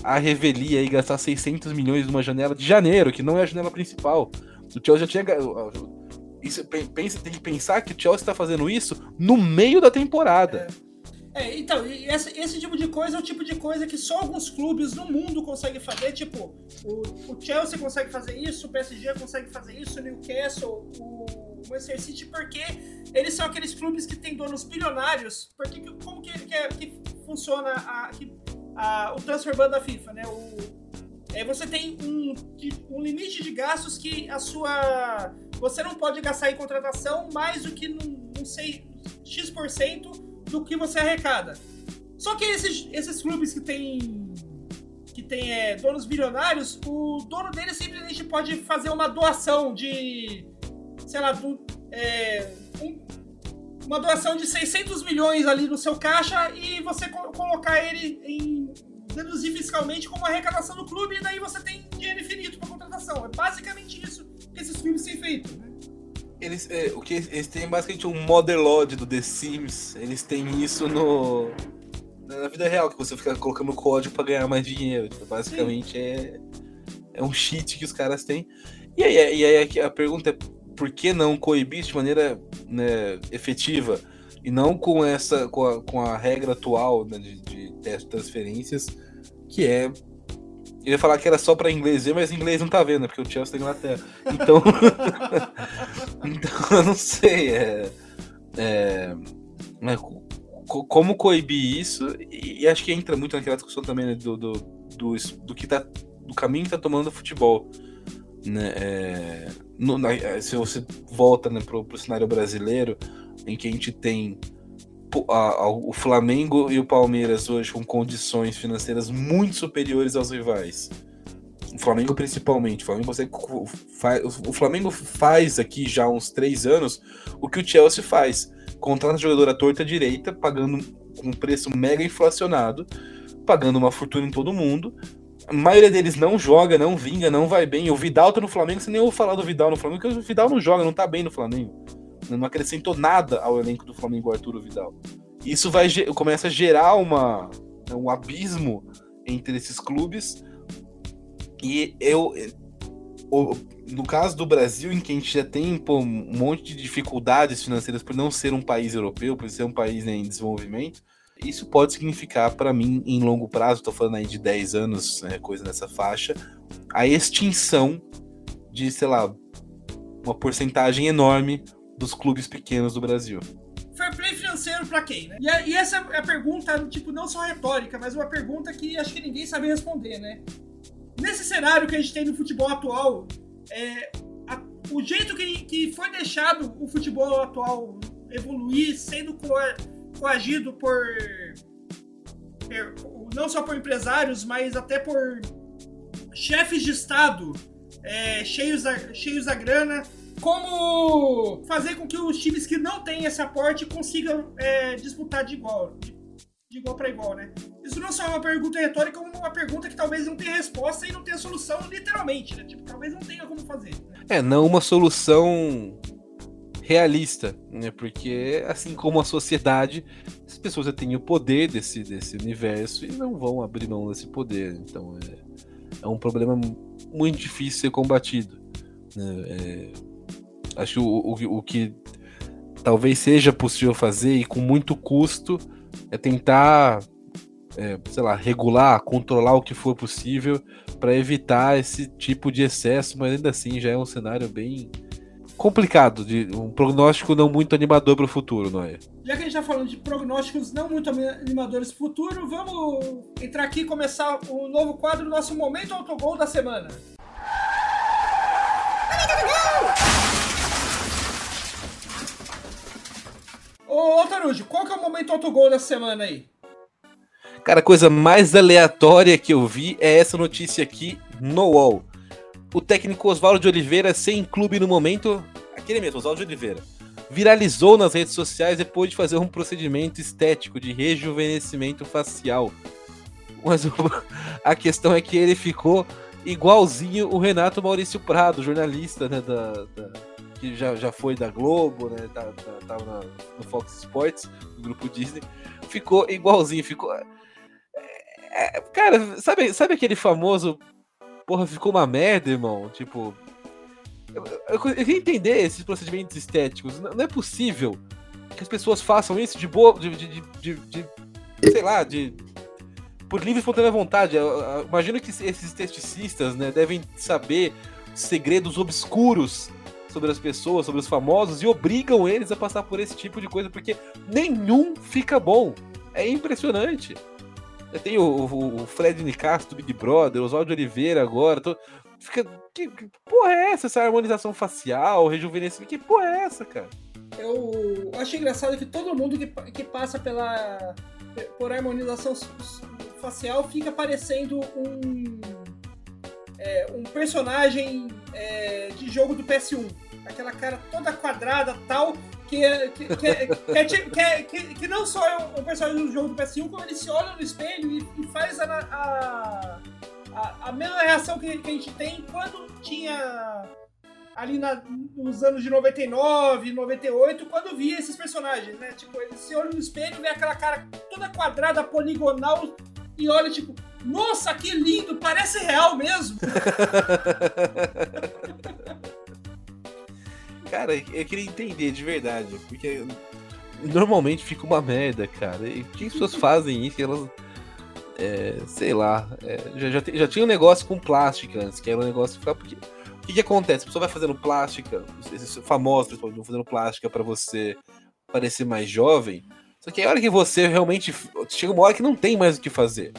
a revelia e gastar seiscentos milhões numa janela de janeiro, que não é a janela principal. O Chelsea já tinha... Isso, pensa, tem que pensar que o Chelsea tá fazendo isso no meio da temporada.
É, é então, esse, esse tipo de coisa é o tipo de coisa que só alguns clubes no mundo conseguem fazer. Tipo, o, o Chelsea consegue fazer isso, o P S G consegue fazer isso, o Newcastle, o Manchester City, porque eles são aqueles clubes que têm donos bilionários. Porque como que, que, que funciona a, que, a, o transfer ban da FIFA, né? O, é, você tem um, um limite de gastos que a sua... Você não pode gastar em contratação mais do que, não, não sei, X% do que você arrecada. Só que esses, esses clubes que têm que tem, é, donos bilionários, o dono deles simplesmente pode fazer uma doação de, sei lá, do, é, um, uma doação de seiscentos milhões ali no seu caixa e você co- colocar ele em... deduzir fiscalmente como arrecadação do clube e daí você tem dinheiro infinito para contratação. É basicamente isso que esses clubes têm feito, né?
Eles, é, o que eles têm basicamente um Motherlode do The Sims. Eles têm isso no na vida real, que você fica colocando código para ganhar mais dinheiro. Então, basicamente é, é um cheat que os caras têm. E aí, e aí a pergunta é por que não coibir de maneira, né, efetiva e não com essa com a, com a regra atual, né, de, de teste de transferências, que é... Eu ia falar que era só pra inglês ver, mas inglês não tá vendo, né, porque o Chelsea tá na Inglaterra. Então, então eu não sei. É, é, né, como coibir isso? E, e acho que entra muito naquela discussão também, né, do, do, do, do, que tá, do caminho que tá tomando o futebol. Né, é, no, na, se você volta, né, pro, pro cenário brasileiro, em que a gente tem a, a, o Flamengo e o Palmeiras hoje com condições financeiras muito superiores aos rivais. O Flamengo principalmente. O Flamengo, você faz, o Flamengo faz aqui já há uns três anos o que o Chelsea faz. Contrata jogador à torta direita, pagando com um preço mega inflacionado, pagando uma fortuna em todo mundo. A maioria deles não joga, não vinga, não vai bem. O Vidal tá no Flamengo, você nem ouve falar do Vidal no Flamengo, porque o Vidal não joga, não tá bem no Flamengo. Não acrescentou nada ao elenco do Flamengo, o Arturo Vidal. Isso vai, começa a gerar uma, um abismo entre esses clubes. E eu, no caso do Brasil, em que a gente já tem, pô, um monte de dificuldades financeiras por não ser um país europeu, por ser um país, né, em desenvolvimento, isso pode significar para mim, em longo prazo, estou falando aí de dez anos, né, coisa nessa faixa, a extinção de, sei lá, uma porcentagem enorme dos clubes pequenos do Brasil.
Fair play financeiro pra quem, né? E, a, e essa é a pergunta, tipo, não só retórica, mas uma pergunta que acho que ninguém sabe responder, né? Nesse cenário que a gente tem no futebol atual, é, a, o jeito que, que foi deixado o futebol atual evoluir, sendo co, coagido por, por... não só por empresários, mas até por chefes de Estado é, cheios, da, cheios da grana... Como fazer com que os times que não têm esse aporte consigam é, disputar de igual, de, de igual para igual, né? Isso não só é uma pergunta retórica, como uma pergunta que talvez não tenha resposta e não tenha solução literalmente, né? Tipo, talvez não tenha como fazer. Né?
É, não uma solução realista, né? Porque assim como a sociedade, as pessoas já têm o poder desse, desse universo e não vão abrir mão desse poder. Então é, é um problema muito difícil de ser combatido, né? É, acho que o, o, o que talvez seja possível fazer e com muito custo é tentar, é, sei lá, regular, controlar o que for possível para evitar esse tipo de excesso, mas ainda assim já é um cenário bem complicado, de um prognóstico não muito animador para o futuro, não é?
Já que a gente está falando de prognósticos não muito animadores para o futuro, vamos entrar aqui e começar o novo quadro, nosso Momento Autogol da semana. Ô, Tarujo, qual que é o momento autogol da semana aí?
Cara, a coisa mais aleatória que eu vi é essa notícia aqui no U O L. O técnico Oswaldo de Oliveira, sem clube no momento, aquele mesmo, Oswaldo de Oliveira, viralizou nas redes sociais depois de fazer um procedimento estético de rejuvenescimento facial. Mas a questão é que ele ficou igualzinho o Renato Maurício Prado, jornalista, né, da... da... que já, já foi da Globo, né, tava tá, tá, tá no Fox Sports, no grupo Disney, ficou igualzinho, ficou... É, cara, sabe, sabe aquele famoso... Porra, ficou uma merda, irmão? Tipo... Eu, eu, eu queria entender esses procedimentos estéticos. Não, não é possível que as pessoas façam isso de boa... De, de, de, de, de sei lá, de... Por livre e espontânea vontade. Eu, eu imagino que esses esteticistas, né, devem saber segredos obscuros sobre as pessoas, sobre os famosos, e obrigam eles a passar por esse tipo de coisa, porque nenhum fica bom. É impressionante. Tem o, o, o Fred Nicastro do Big Brother, o Oswaldo Oliveira agora. Tô, fica, que, que porra é essa? Essa harmonização facial, rejuvenescimento? Que porra é essa, cara?
Eu acho engraçado que todo mundo que, que passa pela por harmonização facial fica parecendo um, é, um personagem é, de jogo do P S um. Aquela cara toda quadrada tal, que, que, que, que, que, que, que não só é um personagem do jogo do P S um, como ele se olha no espelho e, e faz a, a, a, a mesma reação que, que a gente tem quando tinha ali na, nos anos de noventa e nove, noventa e oito, quando via esses personagens, né? Tipo, ele se olha no espelho e vê aquela cara toda quadrada, poligonal, e olha tipo, nossa, que lindo, parece real mesmo.
Cara, eu queria entender de verdade, porque normalmente fica uma merda, cara. E por que as pessoas fazem isso? Elas, é, sei lá, é, já, já, já tinha um negócio com plástica antes, que era um negócio de ficar... Porque, o que que acontece? A pessoa vai fazendo plástica, esses famosos principalmente vão fazendo plástica pra você parecer mais jovem, só que a hora que você realmente... Chega uma hora que não tem mais o que fazer.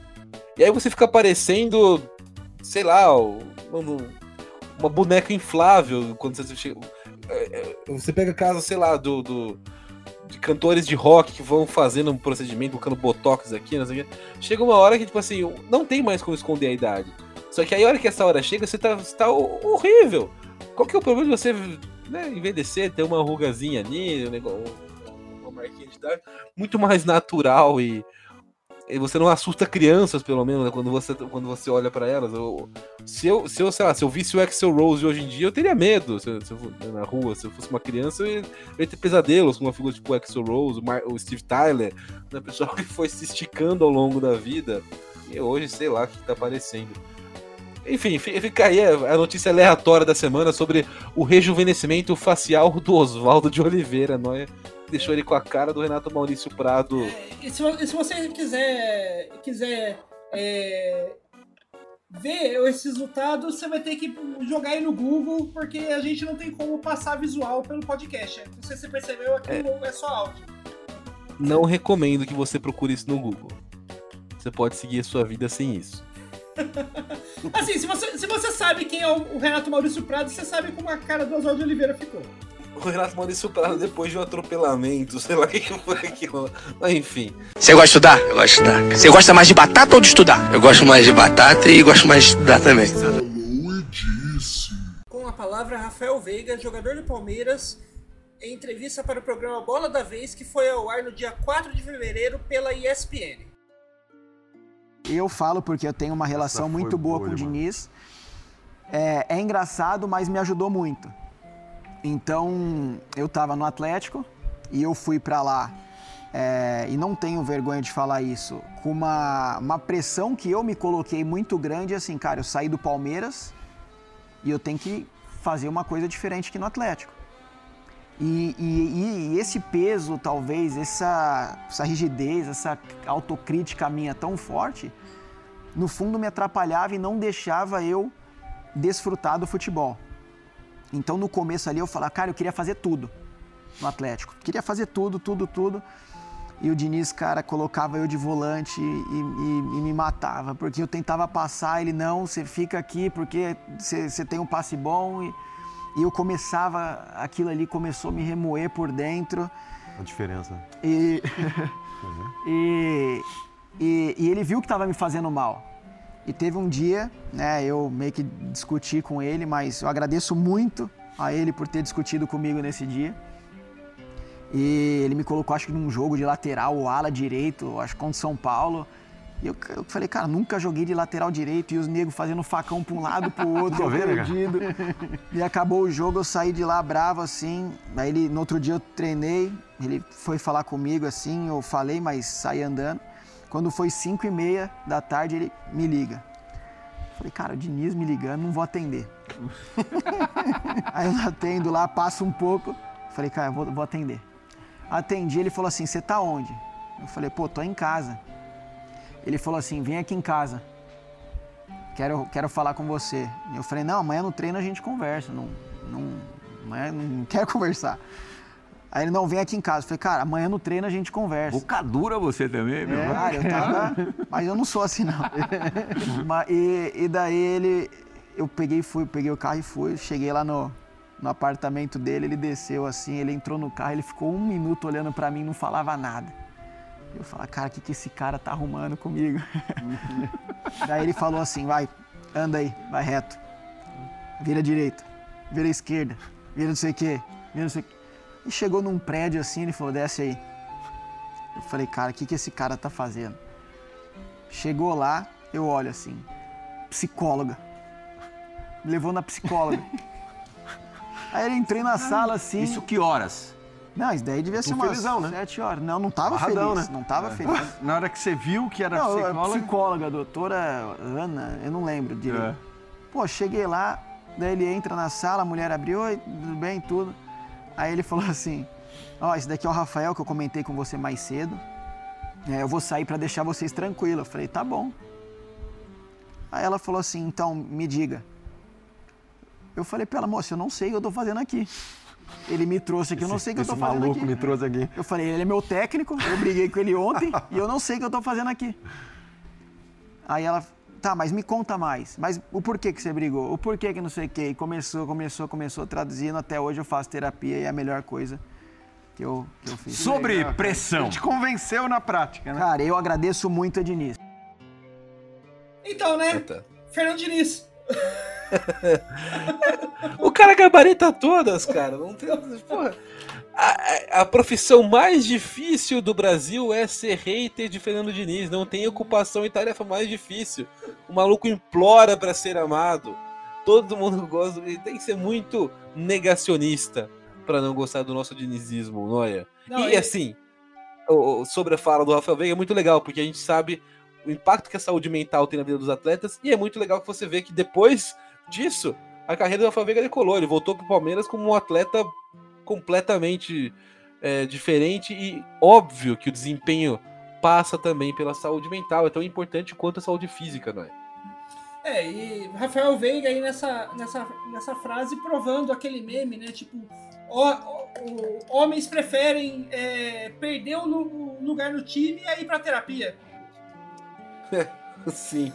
E aí você fica parecendo, sei lá, uma, uma boneca inflável quando você chega... Você pega caso, sei lá, do, do, de cantores de rock que vão fazendo um procedimento, colocando botox aqui, não sei o que. Chega uma hora que, tipo assim, não tem mais como esconder a idade. Só que aí a hora que essa hora chega, você tá, você tá horrível. Qual que é o problema de você, né, envelhecer, ter uma rugazinha ali, um negócio, uma marquinha de idade, muito mais natural e... E você não assusta crianças, pelo menos, né, quando, você, quando você olha pra elas. Eu, se, eu, se eu, sei lá, se eu visse o Axl Rose hoje em dia, eu teria medo. Se, se eu, na rua, se eu fosse uma criança, eu ia, eu ia ter pesadelos com uma figura tipo o Axl Rose, o, Mar, o Steve Tyler, né, pessoal que foi se esticando ao longo da vida. E hoje, sei lá, o que tá aparecendo. Enfim, fica aí a notícia aleatória da semana sobre o rejuvenescimento facial do Oswaldo de Oliveira, não é? Deixou ele com a cara do Renato Maurício Prado.
É, e, se, e se você quiser, quiser é, ver esses resultados, você vai ter que jogar aí no Google, porque a gente não tem como passar visual pelo podcast. Não sei se você percebeu, aqui é, é só áudio.
Não recomendo que você procure isso no Google. Você pode seguir a sua vida sem isso.
Assim, se você, se você sabe quem é o, o Renato Maurício Prado, você sabe como a cara do Oswaldo de Oliveira ficou.
O Renato Maurício Prado depois de um atropelamento, sei lá o que foi aquilo. Mas enfim.
Você gosta de estudar? Eu gosto de estudar. Você gosta mais de batata ou de estudar? Eu gosto mais de batata e gosto mais de estudar também.
Com a palavra, Rafael Veiga, jogador do Palmeiras, em entrevista para o programa Bola da Vez, que foi ao ar no dia quatro de fevereiro pela E S P N.
Eu falo porque eu tenho uma relação
Essa
muito boa, boa com o Diniz. É, é engraçado, mas me ajudou muito. Então, eu estava no Atlético e eu fui para lá, é, e não tenho vergonha de falar isso, com uma, uma pressão que eu me coloquei muito grande, assim, cara, eu saí do Palmeiras e eu tenho que fazer uma coisa diferente aqui no Atlético. E, e, e esse peso, talvez, essa, essa rigidez, essa autocrítica minha tão forte, no fundo me atrapalhava e não deixava eu desfrutar do futebol. Então, no começo ali, eu falava, cara, eu queria fazer tudo no Atlético. Queria fazer tudo, tudo, tudo. E o Diniz, cara, colocava eu de volante e, e, e me matava. Porque eu tentava passar, ele, não, você fica aqui porque você tem um passe bom. E, e eu começava, aquilo ali começou a me remoer por dentro.
A diferença.
E,
uhum.
e, e, e ele viu que estava me fazendo mal. E teve um dia, né, eu meio que discuti com ele, mas eu agradeço muito a ele por ter discutido comigo nesse dia. E ele me colocou, acho que num jogo de lateral, ou ala direito, acho que contra São Paulo. E eu, eu falei, cara, nunca joguei de lateral direito, e os negros fazendo facão para um lado, para o outro, eu perdido. E acabou o jogo, eu saí de lá bravo, assim. Aí ele, no outro dia eu treinei, ele foi falar comigo, assim, eu falei, mas saí andando. Quando foi cinco e meia da tarde, ele me liga. Falei, cara, o Diniz me ligando, não vou atender. Aí eu atendo lá, passa um pouco. Falei, cara, eu vou, vou atender. Atendi, ele falou assim, você tá onde? Eu falei, pô, tô em casa. Ele falou assim, vem aqui em casa. Quero, quero falar com você. Eu falei, não, amanhã no treino a gente conversa. Não, não, amanhã não quero conversar. Aí ele, não, vem aqui em casa. Eu falei, cara, amanhã no treino a gente conversa.
Boca dura você também, meu
É,
irmão.
cara, eu tava... Mas eu não sou assim, não. Mas, e, e daí ele... Eu peguei, fui, peguei o carro e fui. Cheguei lá no, no apartamento dele, ele desceu assim, ele entrou no carro, ele ficou um minuto olhando pra mim e não falava nada. Eu falei, cara, o que, que esse cara tá arrumando comigo? Daí ele falou assim, vai, anda aí, vai reto. Vira à direita, vira à esquerda, vira não sei o quê, vira não sei o quê. E chegou num prédio assim, ele falou, desce aí. Eu falei, cara, o que, que esse cara tá fazendo? Chegou lá, eu olho assim, psicóloga. Me levou na psicóloga. Aí ele entrei na sala assim...
Isso que horas?
Não, isso daí devia ser
Um
umas
felizão, né?
sete horas. Não, não tava
Amarradão,
feliz,
né?
não tava feliz.
Na hora que você viu que era
Não,
psicóloga...
psicóloga, doutora Ana, eu não lembro direito.
É.
Pô, cheguei lá, daí ele entra na sala, a mulher abriu, oi, tudo bem, tudo. Aí ele falou assim, ó, esse daqui é o Rafael, que eu comentei com você mais cedo. É, eu vou sair pra deixar vocês tranquilos. Eu falei, tá bom. Aí ela falou assim, então, me diga. Eu falei pra ela, moça, eu não sei o que eu tô fazendo aqui. Ele me trouxe aqui, eu não sei o que eu tô
Esse
fazendo
maluco
aqui.
me trouxe aqui.
Eu falei, ele é meu técnico, eu briguei com ele ontem e eu não sei o que eu tô fazendo aqui. Aí ela, tá, mas me conta mais. Mas o porquê que você brigou? O porquê que não sei o quê? E começou, começou, começou traduzindo. Até hoje eu faço terapia e é a melhor coisa que eu, que eu fiz.
Sobre
Legal.
pressão.
Te convenceu na prática, né?
Cara, eu agradeço muito a Diniz.
Então, né?
Eita.
Fernando Diniz.
O cara gabarita todas, cara. Não tem. Porra. A, a profissão mais difícil do Brasil é ser hater de Fernando Diniz. Não tem ocupação e tarefa mais difícil. O maluco implora pra ser amado. Todo mundo gosta. Ele tem que ser muito negacionista pra não gostar do nosso dinizismo, Noia.
Não,
E
ele-
assim, o- o- sobre a fala do Rafael Veiga é muito legal, porque a gente sabe o impacto que a saúde mental tem na vida dos atletas. E é muito legal que você vê que depois disso, a carreira do Rafael Veiga decolou. Ele voltou pro Palmeiras como um atleta completamente é, diferente, e óbvio que o desempenho passa também pela saúde mental, é tão importante quanto a saúde física, não é?
É, e Rafael Veiga aí nessa, nessa, nessa frase provando aquele meme, né? Tipo, ó, ó, ó, homens preferem é, perder o lu- o lugar no time e ir pra terapia.
Sim.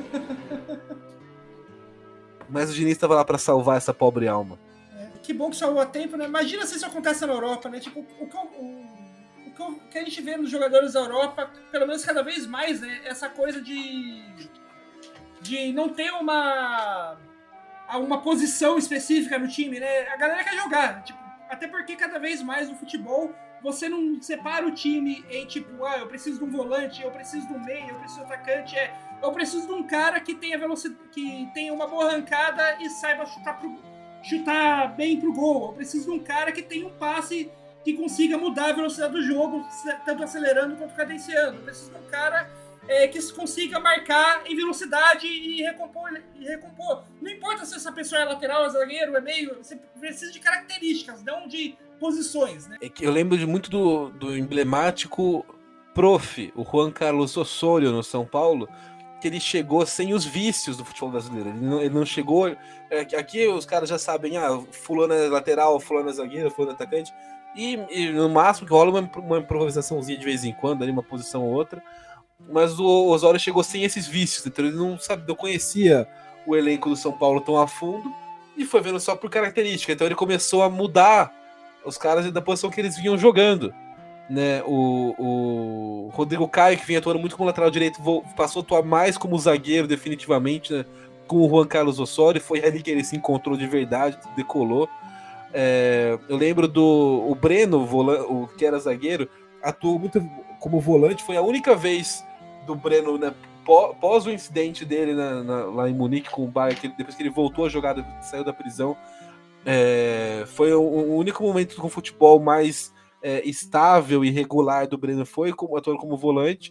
Mas o Diniz estava lá para salvar essa pobre alma.
Que bom que salvou a tempo, né? Imagina se isso acontece na Europa, né? Tipo, o que, eu- o, o que, eu- o que a gente vê nos jogadores da Europa, pelo menos cada vez mais, né? Essa coisa de, de não ter uma, uma posição específica no time, né? A galera quer jogar, tipo, até porque cada vez mais no futebol você não separa o time em tipo, ah, eu preciso de um volante, eu preciso de um meio, eu preciso de um atacante, é, eu preciso de um cara que tenha velocidade, que tenha uma boa arrancada e saiba chutar pro chutar bem pro gol. Eu preciso de um cara que tenha um passe que consiga mudar a velocidade do jogo, tanto acelerando quanto cadenciando. Eu preciso de um cara é, que consiga marcar em velocidade e recompor, e recompor. Não importa se essa pessoa é lateral, é zagueiro, é meio, você precisa de características, não de posições, né?
É que eu lembro de muito do, do emblemático prof, o Juan Carlos Osorio no São Paulo, que ele chegou sem os vícios do futebol brasileiro. Ele não, ele não chegou... É, aqui os caras já sabem, ah, fulano é lateral, fulano é zagueiro, fulano é atacante, e, e no máximo que rola uma, uma improvisaçãozinha de vez em quando, ali, uma posição ou outra, mas o Osório chegou sem esses vícios, então ele não, sabe, não conhecia o elenco do São Paulo tão a fundo, e foi vendo só por característica, então ele começou a mudar os caras da posição que eles vinham jogando. Né, o, o Rodrigo Caio, que vinha atuando muito como lateral direito, passou a atuar mais como zagueiro definitivamente, né, com o Juan Carlos Osorio. Foi ali que ele se encontrou de verdade, decolou. É, eu lembro do o Breno, o, o que era zagueiro, atuou muito como volante. Foi a única vez do Breno, né, pós o incidente dele na, na, lá em Munique com o Bayern, que ele, depois que ele voltou a jogar, saiu da prisão, é, foi o, o único momento com o futebol mais É, estável e regular do Breno foi como, atuando como volante,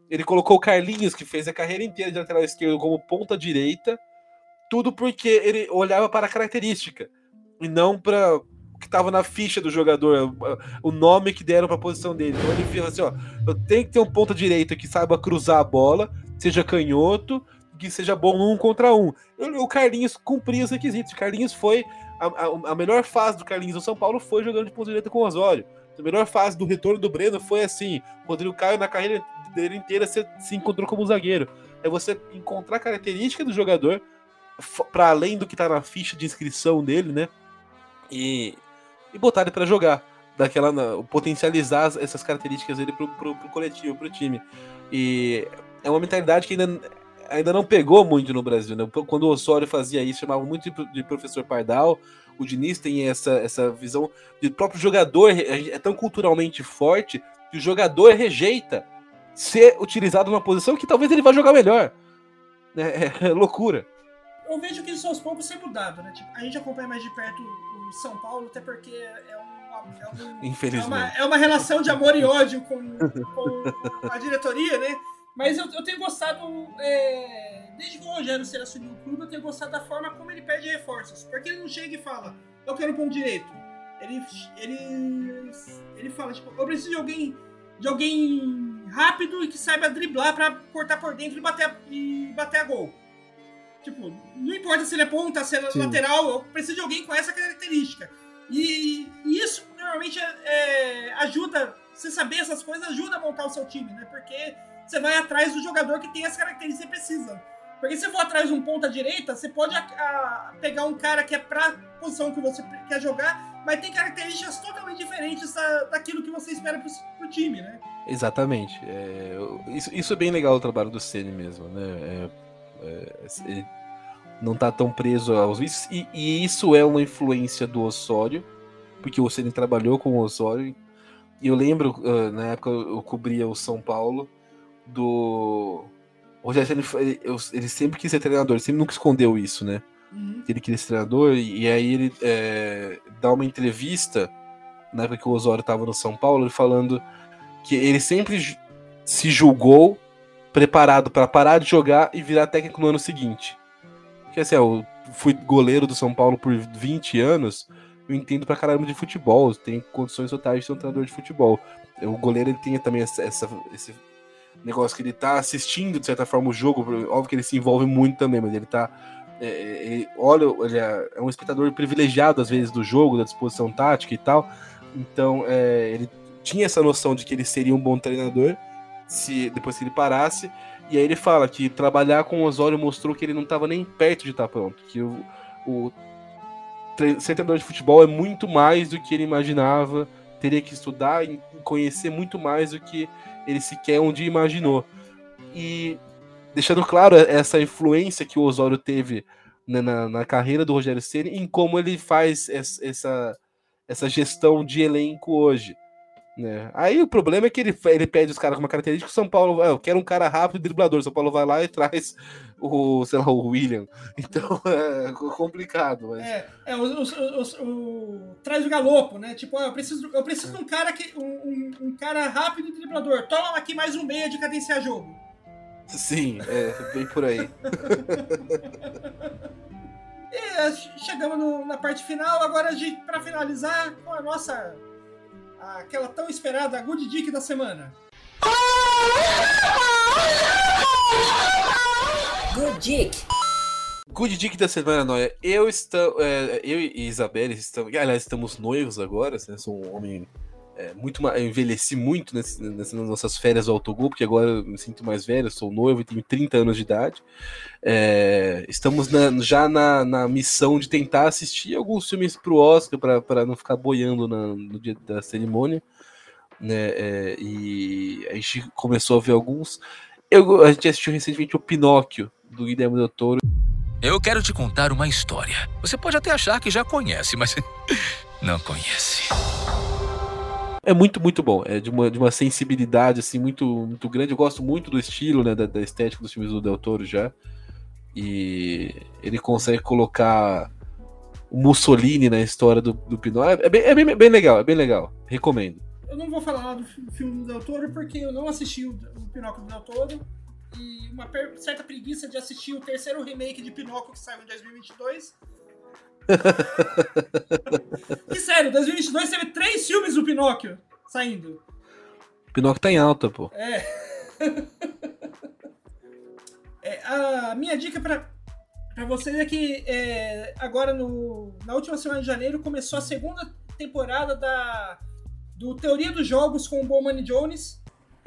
Ele colocou o Carlinhos, que fez a carreira inteira de lateral esquerdo, como ponta direita, tudo porque ele olhava para a característica e não para o que estava na ficha do jogador, o nome que deram para a posição dele. Então ele fez assim, ó, eu tenho que ter um ponta direita que saiba cruzar a bola, seja canhoto, que seja bom no um contra um. O Carlinhos cumpria os requisitos. O Carlinhos foi a, a, a melhor fase do Carlinhos no São Paulo foi jogando de ponta direita com o Osório. A melhor fase do retorno do Breno foi assim. O Rodrigo Caio, na carreira dele inteira, se, se encontrou como zagueiro. É você encontrar a característica do jogador para além do que tá na ficha de inscrição dele, né? E, e botar ele para jogar. Daquela, na, potencializar essas características dele pro, pro, pro coletivo, pro time. E é uma mentalidade que ainda, ainda não pegou muito no Brasil, né? Quando o Osório fazia isso, chamava muito de, de professor Pardal. O Diniz tem essa, essa visão do próprio jogador, é tão culturalmente forte que o jogador rejeita ser utilizado numa posição que talvez ele vá jogar melhor. É, é loucura.
Eu vejo que isso aos poucos tem mudado, né? Tipo, a gente acompanha mais de perto o São Paulo, até porque é, uma, é, um,
Infelizmente.
É, uma, é uma relação de amor e ódio com, com a diretoria, né? Mas eu, eu tenho gostado, é, desde que o Rogério Ceni assumiu o clube, eu tenho gostado da forma como ele pede reforços. Porque ele não chega e fala, eu quero um ponto direito. Ele, ele, ele fala, tipo, eu preciso de alguém, de alguém rápido e que saiba driblar pra cortar por dentro e bater, e bater a gol. Tipo, não importa se ele é ponta, se é Sim. lateral, eu preciso de alguém com essa característica. E, e isso normalmente é, é, ajuda, você saber essas coisas ajuda a montar o seu time, né? Porque você vai atrás do jogador que tem as características que você precisa. Porque se você for atrás de um ponta direita, você pode a, a, pegar um cara que é pra posição que você quer jogar, mas tem características totalmente diferentes da, daquilo que você espera pro, pro time, né?
Exatamente. É, isso, isso é bem legal o trabalho do Ceni mesmo, né? É, é, ele não tá tão preso aos vícios, e, e isso é uma influência do Osório, porque o Ceni trabalhou com o Osório, e eu lembro, uh, na época eu cobria o São Paulo, do... O Rogério Ceni, ele, ele sempre quis ser treinador, ele sempre nunca escondeu isso, né? Uhum. Ele queria ser treinador, e, e aí ele é, dá uma entrevista, na época que o Osório estava no São Paulo, ele falando que ele sempre se julgou preparado para parar de jogar e virar técnico no ano seguinte. Porque assim, eu fui goleiro do São Paulo por vinte anos, eu entendo pra caramba de futebol, tenho condições totais de ser um treinador de futebol. O goleiro ele tem também essa, essa, esse negócio que ele tá assistindo, de certa forma, o jogo, óbvio que ele se envolve muito também, mas ele tá... É, ele, olha, ele é, é um espectador privilegiado, às vezes, do jogo, da disposição tática e tal, então é, ele tinha essa noção de que ele seria um bom treinador, se depois que ele parasse, e aí ele fala que trabalhar com o Osório mostrou que ele não estava nem perto de estar pronto, que o, o ser treinador de futebol é muito mais do que ele imaginava, teria que estudar e conhecer muito mais do que ele sequer um dia imaginou. E deixando claro essa influência que o Osório teve na, na, na carreira do Rogério Ceni em como ele faz essa, essa gestão de elenco hoje. Né? Aí o problema é que ele, ele pede os caras com uma característica, o São Paulo, ah, eu quero um cara rápido e driblador, o São Paulo vai lá e traz o, sei lá, o William, então é complicado. Mas...
É, é o, o, o, o, traz o Galopo, né, tipo, eu preciso, eu preciso de um cara, que, um, um, um cara rápido e driblador, toma aqui mais um meia de cadenciar jogo.
Sim, é bem por aí.
E chegamos no, na parte final, agora para finalizar com a nossa... aquela tão esperada Good Dick da semana.
Good Dick. Good Dick da semana, Noia. Eu, estou, é, eu e Isabelle estamos... Aliás, estamos noivos agora. Né? Sou um homem é, muito... Eu envelheci muito nesse, nessas nossas férias do Autogol, porque agora eu me sinto mais velho. Sou noivo e tenho trinta anos de idade. É, estamos na, já na, na missão de tentar assistir alguns filmes pro Oscar para não ficar boiando na, no dia da cerimônia, né? É, e a gente começou a ver alguns. Eu, a gente assistiu recentemente o Pinóquio do Guilherme Del Toro.
Eu quero te contar uma história. Você pode até achar que já conhece, mas não conhece.
É muito, muito bom. É de uma, de uma sensibilidade assim, muito, muito grande. Eu gosto muito do estilo, né, da, da estética dos filmes do Del Toro já. E ele consegue colocar o Mussolini na história do, do Pinóquio. É, bem, é bem, bem legal, é bem legal. Recomendo.
eu não vou falar nada do filme do Del Toro, porque eu não assisti o, o Pinóquio do Del Toro. E uma per- certa preguiça de assistir o terceiro remake de Pinóquio que saiu em dois mil e vinte e dois. E sério, dois mil e vinte e dois teve três filmes do Pinóquio saindo.
O Pinóquio tá em alta, pô.
É. É, a minha dica pra, pra vocês é que é, agora no, na última semana de janeiro começou a segunda temporada da, do Teoria dos Jogos com o Bomani Jones.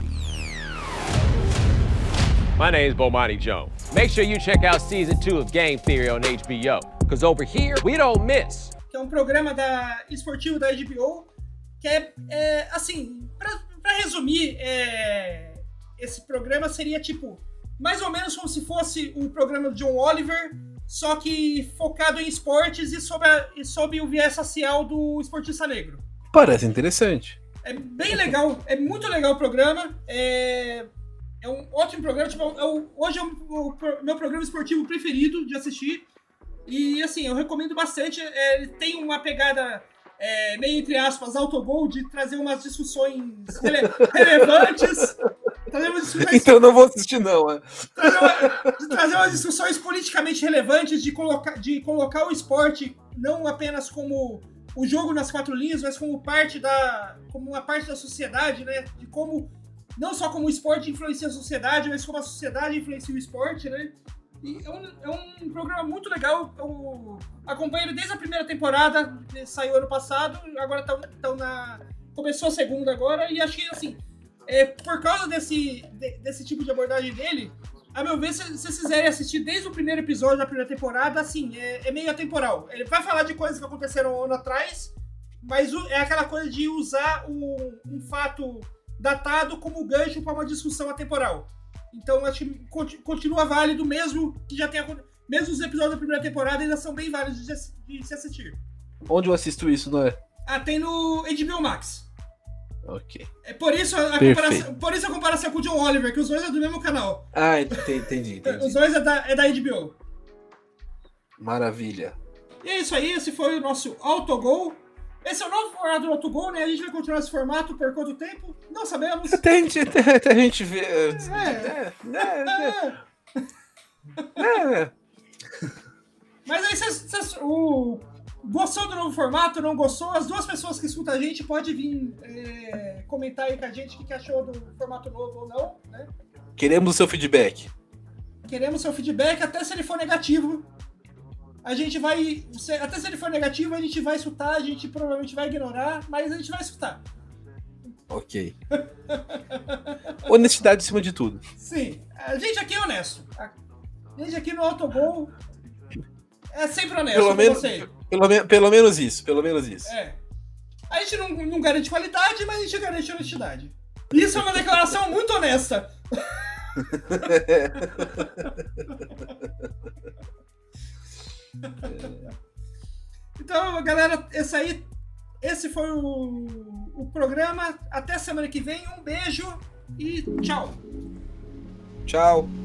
My name's Bomani Jones. Make sure you check out season two of Game Theory on H B O, because over here we don't miss.
Que é um programa da, esportivo da H B O, que é, é assim, pra, pra resumir, é, esse programa seria tipo, mais ou menos como se fosse o programa do John Oliver, só que focado em esportes e sob, a, e sob o viés social do esportista negro.
Parece interessante.
É bem legal, é muito legal o programa, é, é um ótimo programa, tipo, é o, hoje é o, o, o meu programa esportivo preferido de assistir, e assim, eu recomendo bastante, é, ele tem uma pegada... É, meio entre aspas, autogol, de trazer umas discussões rele- relevantes. Trazer umas discussões...
Então não vou assistir, não. É.
Trazer, uma, de trazer umas discussões politicamente relevantes, de colocar, de colocar o esporte não apenas como o jogo nas quatro linhas, mas como parte da, como uma parte da sociedade, né? De como, não só como o esporte influencia a sociedade, mas como a sociedade influencia o esporte, né? E é, um, é um programa muito legal, eu acompanho ele desde a primeira temporada, saiu ano passado, agora estão tão na... começou a segunda agora, e acho que, assim, é, por causa desse, de, desse tipo de abordagem dele, a meu ver, se vocês quiserem assistir desde o primeiro episódio da primeira temporada, assim, é, é meio atemporal. Ele vai falar de coisas que aconteceram um ano atrás, mas o, é aquela coisa de usar um, um fato datado como gancho para uma discussão atemporal. Então, acho que continua válido, mesmo que já tenha... Mesmo os episódios da primeira temporada ainda são bem válidos de, de se assistir.
Onde eu assisto isso, não é?
Ah, tem no H B O Max.
Ok.
É por isso a, a comparação, por isso a comparação com o John Oliver, que os dois é do mesmo canal.
Ah, entendi, entendi. entendi.
Os dois é da, é da H B O.
Maravilha.
E é isso aí, esse foi o nosso Autogol. Esse é o novo formato do Autogol, né? A gente vai continuar esse formato por quanto tempo? Não sabemos.
Até a gente, até, até a gente ver.
É.
É, é, é. é.
Mas aí, cês, cês, o... gostou do novo formato, não gostou? As duas pessoas que escutam a gente podem vir é, comentar aí com a gente o que, que achou do formato novo ou não, né?
Queremos o seu feedback.
Queremos seu feedback, até se ele for negativo. A gente vai... Até se ele for negativo, a gente vai escutar, a gente provavelmente vai ignorar, mas a gente vai escutar.
Ok. Honestidade acima de tudo.
Sim. A gente aqui é honesto. A gente aqui no Autogol é sempre honesto
pelo
com
menos,
você.
Pelo, me, pelo menos isso, pelo menos isso.
É. A gente não, não garante qualidade, mas a gente garante honestidade. Isso é uma declaração muito honesta. Então, galera, esse aí, esse foi o, o programa. Até semana que vem. Um beijo e tchau.
Tchau.